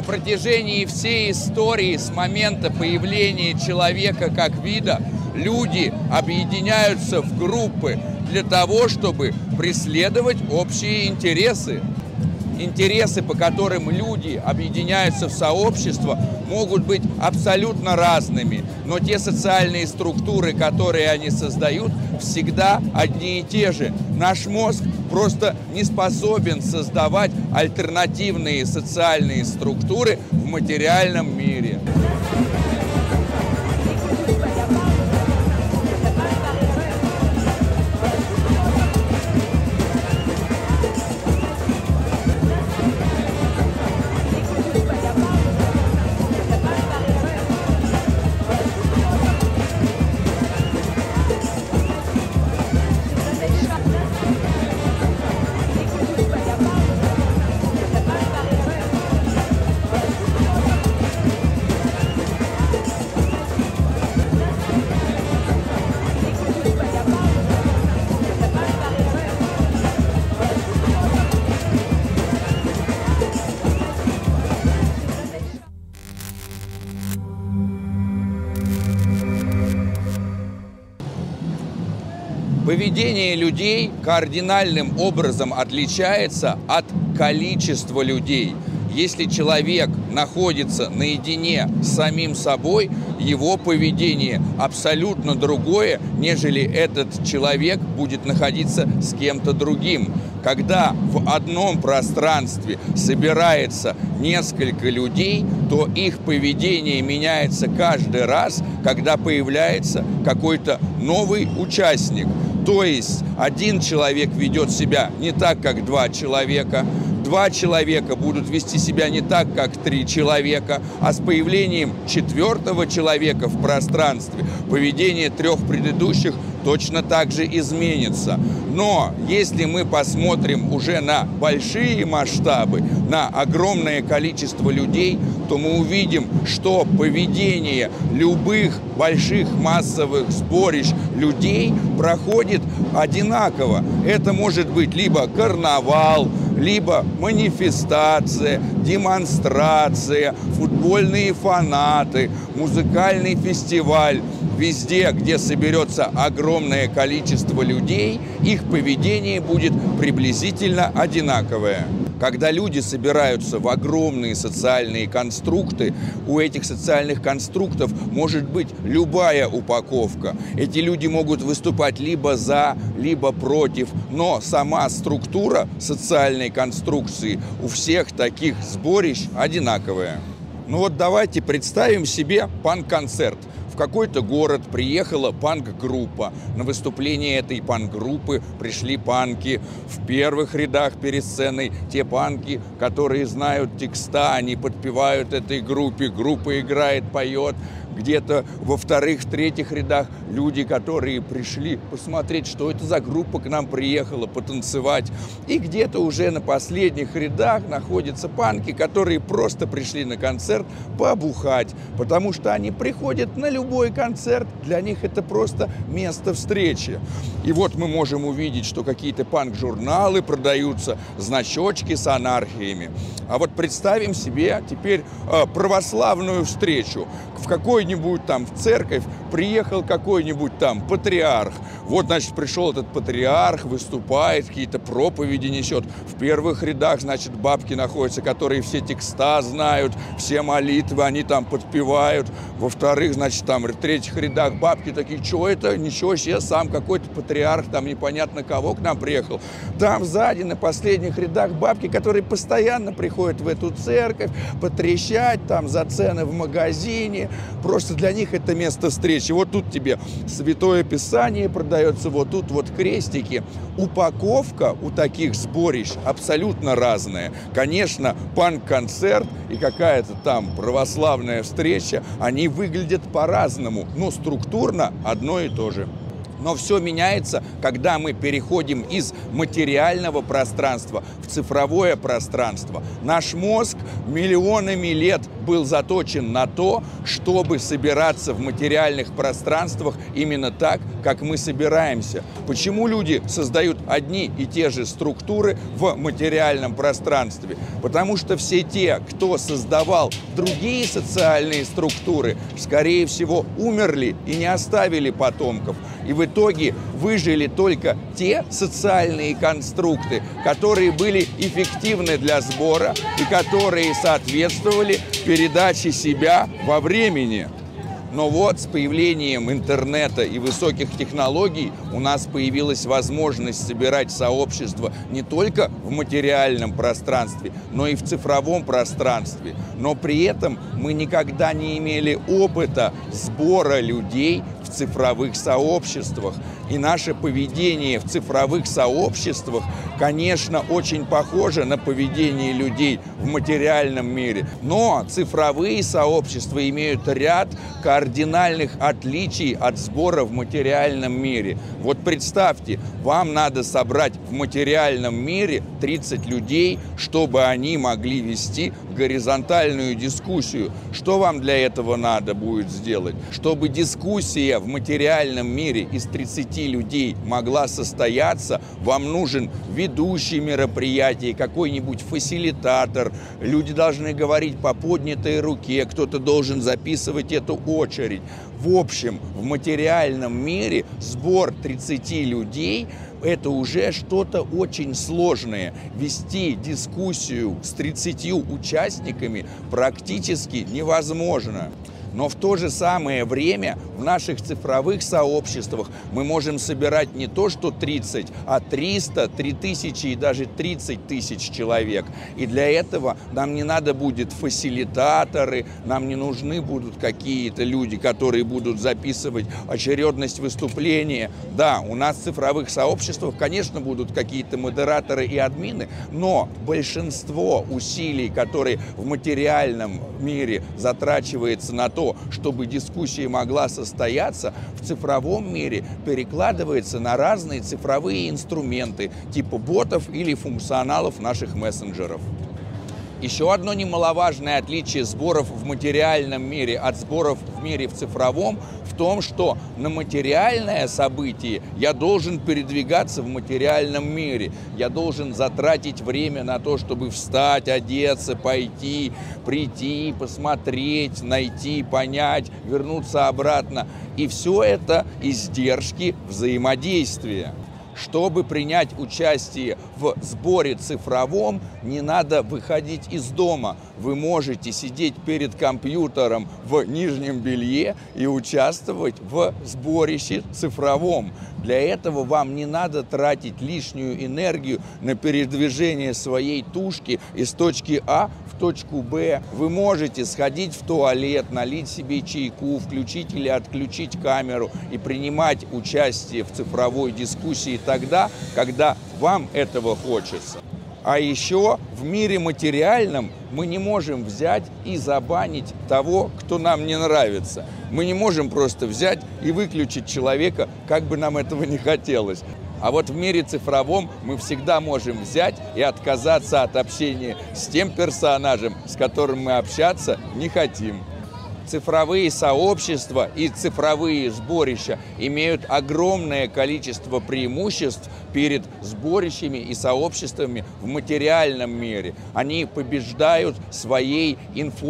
протяжении всей истории, с момента появления человека как вида, люди объединяются в группы для того, чтобы преследовать общие интересы. Интересы, по которым люди объединяются в сообщества, могут быть абсолютно разными, но те социальные структуры, которые они создают, всегда одни и те же. Наш мозг просто не способен создавать альтернативные социальные структуры в материальном мире. Поведение людей кардинальным образом отличается от количества людей. Если человек находится наедине с самим собой, его поведение абсолютно другое, нежели этот человек будет находиться с кем-то другим. Когда в одном пространстве собирается несколько людей, то их поведение меняется каждый раз, когда появляется какой-то новый участник. То есть один человек ведет себя не так, как два человека будут вести себя не так, как три человека, а с появлением четвертого человека в пространстве поведение трех предыдущих точно так же изменится. Но если мы посмотрим уже на большие масштабы, на огромное количество людей, то мы увидим, что поведение любых больших массовых сборищ людей проходит одинаково. Это может быть либо карнавал, либо манифестация, демонстрация, футбольные фанаты, музыкальный фестиваль. Везде, где соберется огромное количество людей, их поведение будет приблизительно одинаковое. Когда люди собираются в огромные социальные конструкты, у этих социальных конструктов может быть любая упаковка. Эти люди могут выступать либо за, либо против, но сама структура социальной конструкции у всех таких сборищ одинаковая. Ну вот давайте представим себе панк-концерт. В какой-то город приехала панк-группа. На выступление этой панк-группы пришли панки. В первых рядах перед сценой те панки, которые знают текста, они подпевают этой группе. Группа играет, поет. Где-то во вторых, в третьих рядах люди, которые пришли посмотреть, что это за группа к нам приехала, потанцевать. И где-то уже на последних рядах находятся панки, которые просто пришли на концерт побухать, потому что они приходят на любой концерт, для них это просто место встречи. И вот мы можем увидеть, что какие-то панк-журналы продаются, значочки с анархиями. А вот представим себе теперь православную встречу. В какой-нибудь там в церковь приехал какой-нибудь там патриарх. Вот, значит, пришел этот патриарх, выступает, какие-то проповеди несет. В первых рядах, значит, бабки находятся, которые все текста знают, все молитвы, они там подпевают. Во вторых, значит, там в третьих рядах бабки такие, что это? Ничего себе, сам какой-то патриарх, там непонятно кого к нам приехал. Там сзади, на последних рядах бабки, которые постоянно приходят в эту церковь, потрещать там за цены в магазине. Просто для них это место встречи. Вот тут тебе Святое Писание продается, вот тут вот крестики. Упаковка у таких сборищ абсолютно разная. Конечно, панк-концерт и какая-то там православная встреча, они выглядят по-разному, но структурно одно и то же. Но все меняется, когда мы переходим из материального пространства в цифровое пространство. Наш мозг миллионами лет был заточен на то, чтобы собираться в материальных пространствах именно так, как мы собираемся. Почему люди создают одни и те же структуры в материальном пространстве? Потому что все те, кто создавал другие социальные структуры, скорее всего, умерли и не оставили потомков. И в итоге выжили только те социальные конструкты, которые были эффективны для сбора и которые соответствовали передаче себя во времени. Но вот с появлением интернета и высоких технологий у нас появилась возможность собирать сообщества не только в материальном пространстве, но и в цифровом пространстве. Но при этом мы никогда не имели опыта сбора людей в цифровых сообществах. И наше поведение в цифровых сообществах, конечно, очень похоже на поведение людей в материальном мире. Но цифровые сообщества имеют ряд кардинальных отличий от сбора в материальном мире. Вот представьте, вам надо собрать в материальном мире 30 людей, чтобы они могли вести горизонтальную дискуссию. Что вам для этого надо будет сделать? Чтобы дискуссия в материальном мире из 30 людей могла состояться, вам нужен ведущий мероприятия, какой-нибудь фасилитатор. Люди должны говорить по поднятой руке, кто-то должен записывать эту очередь. В общем, в материальном мире сбор 30 людей – это уже что-то очень сложное. Вести дискуссию с 30 участниками практически невозможно. Но в то же самое время в наших цифровых сообществах мы можем собирать не то что 30, а 300, 3000 и даже 30 тысяч человек. И для этого нам не надо будет фасилитаторы, нам не нужны будут какие-то люди, которые будут записывать очередность выступления. Да, у нас в цифровых сообществах, конечно, будут какие-то модераторы и админы, но большинство усилий, которые в материальном мире затрачивается на то, чтобы дискуссия могла состояться, в цифровом мире перекладывается на разные цифровые инструменты, типа ботов или функционалов наших мессенджеров. Еще одно немаловажное отличие сборов в материальном мире от сборов в мире в цифровом в том, что на материальное событие я должен передвигаться в материальном мире. Я должен затратить время на то, чтобы встать, одеться, пойти, прийти, посмотреть, найти, понять, вернуться обратно. И все это издержки взаимодействия. Чтобы принять участие в сборе цифровом, не надо выходить из дома. Вы можете сидеть перед компьютером в нижнем белье и участвовать в сборище цифровом. Для этого вам не надо тратить лишнюю энергию на передвижение своей тушки из точки А в точку Б. Вы можете сходить в туалет, налить себе чайку, включить или отключить камеру и принимать участие в цифровой дискуссии тогда, когда вам этого хочется. А еще в мире материальном мы не можем взять и забанить того, кто нам не нравится. Мы не можем просто взять и выключить человека, как бы нам этого не хотелось. А вот в мире цифровом мы всегда можем взять и отказаться от общения с тем персонажем, с которым мы общаться не хотим. Цифровые сообщества и цифровые сборища имеют огромное количество преимуществ перед сборищами и сообществами в материальном мире. Они побеждают своей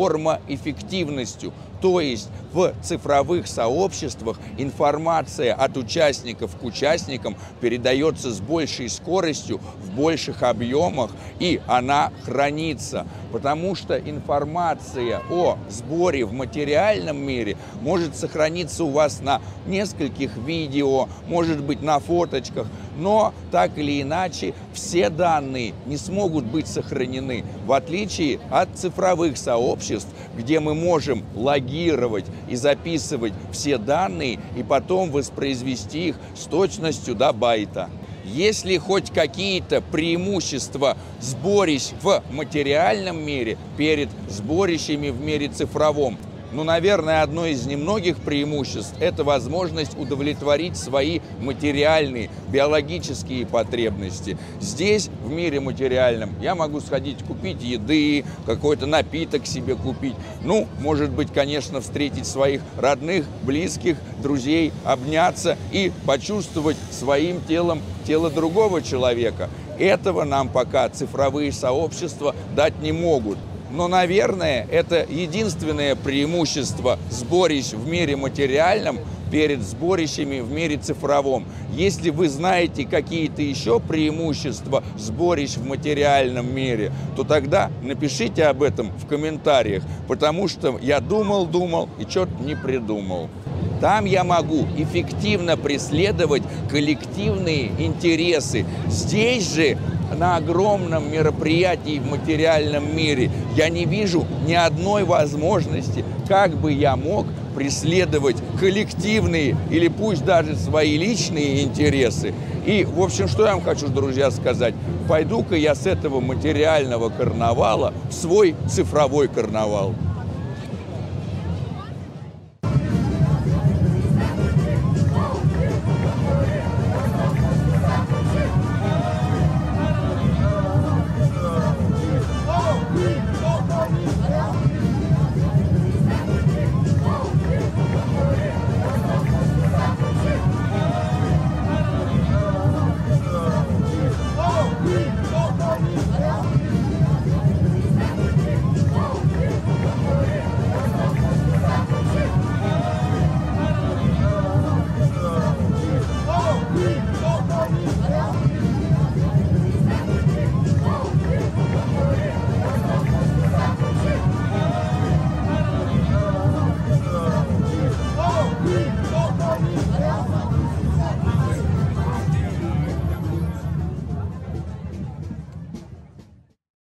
информоэффективностью. То есть в цифровых сообществах информация от участников к участникам передается с большей скоростью, в больших объемах, и она хранится. Потому что информация о сборе в материальном мире может сохраниться у вас на нескольких видео, может быть на фоточках, но так или иначе все данные не смогут быть сохранены, в отличие от цифровых сообществ, где мы можем логировать и записывать все данные и потом воспроизвести их с точностью до байта. Если хоть какие-то преимущества сборищ в материальном мире перед сборищами в мире цифровом, Ну, наверное, одно из немногих преимуществ – это возможность удовлетворить свои материальные, биологические потребности. Здесь, в мире материальном, я могу сходить купить еды, какой-то напиток себе купить. Ну, может быть, конечно, встретить своих родных, близких, друзей, обняться и почувствовать своим телом тело другого человека. Этого нам пока цифровые сообщества дать не могут. Но, наверное, это единственное преимущество сборищ в мире материальном перед сборищами в мире цифровом. Если вы знаете какие-то еще преимущества сборищ в материальном мире, то тогда напишите об этом в комментариях, потому что я думал и что-то не придумал. Там я могу эффективно преследовать коллективные интересы. Здесь же, на огромном мероприятии в материальном мире, я не вижу ни одной возможности, как бы я мог преследовать коллективные или пусть даже свои личные интересы. И, в общем, что я вам хочу, друзья, сказать? Пойду-ка я с этого материального карнавала в свой цифровой карнавал.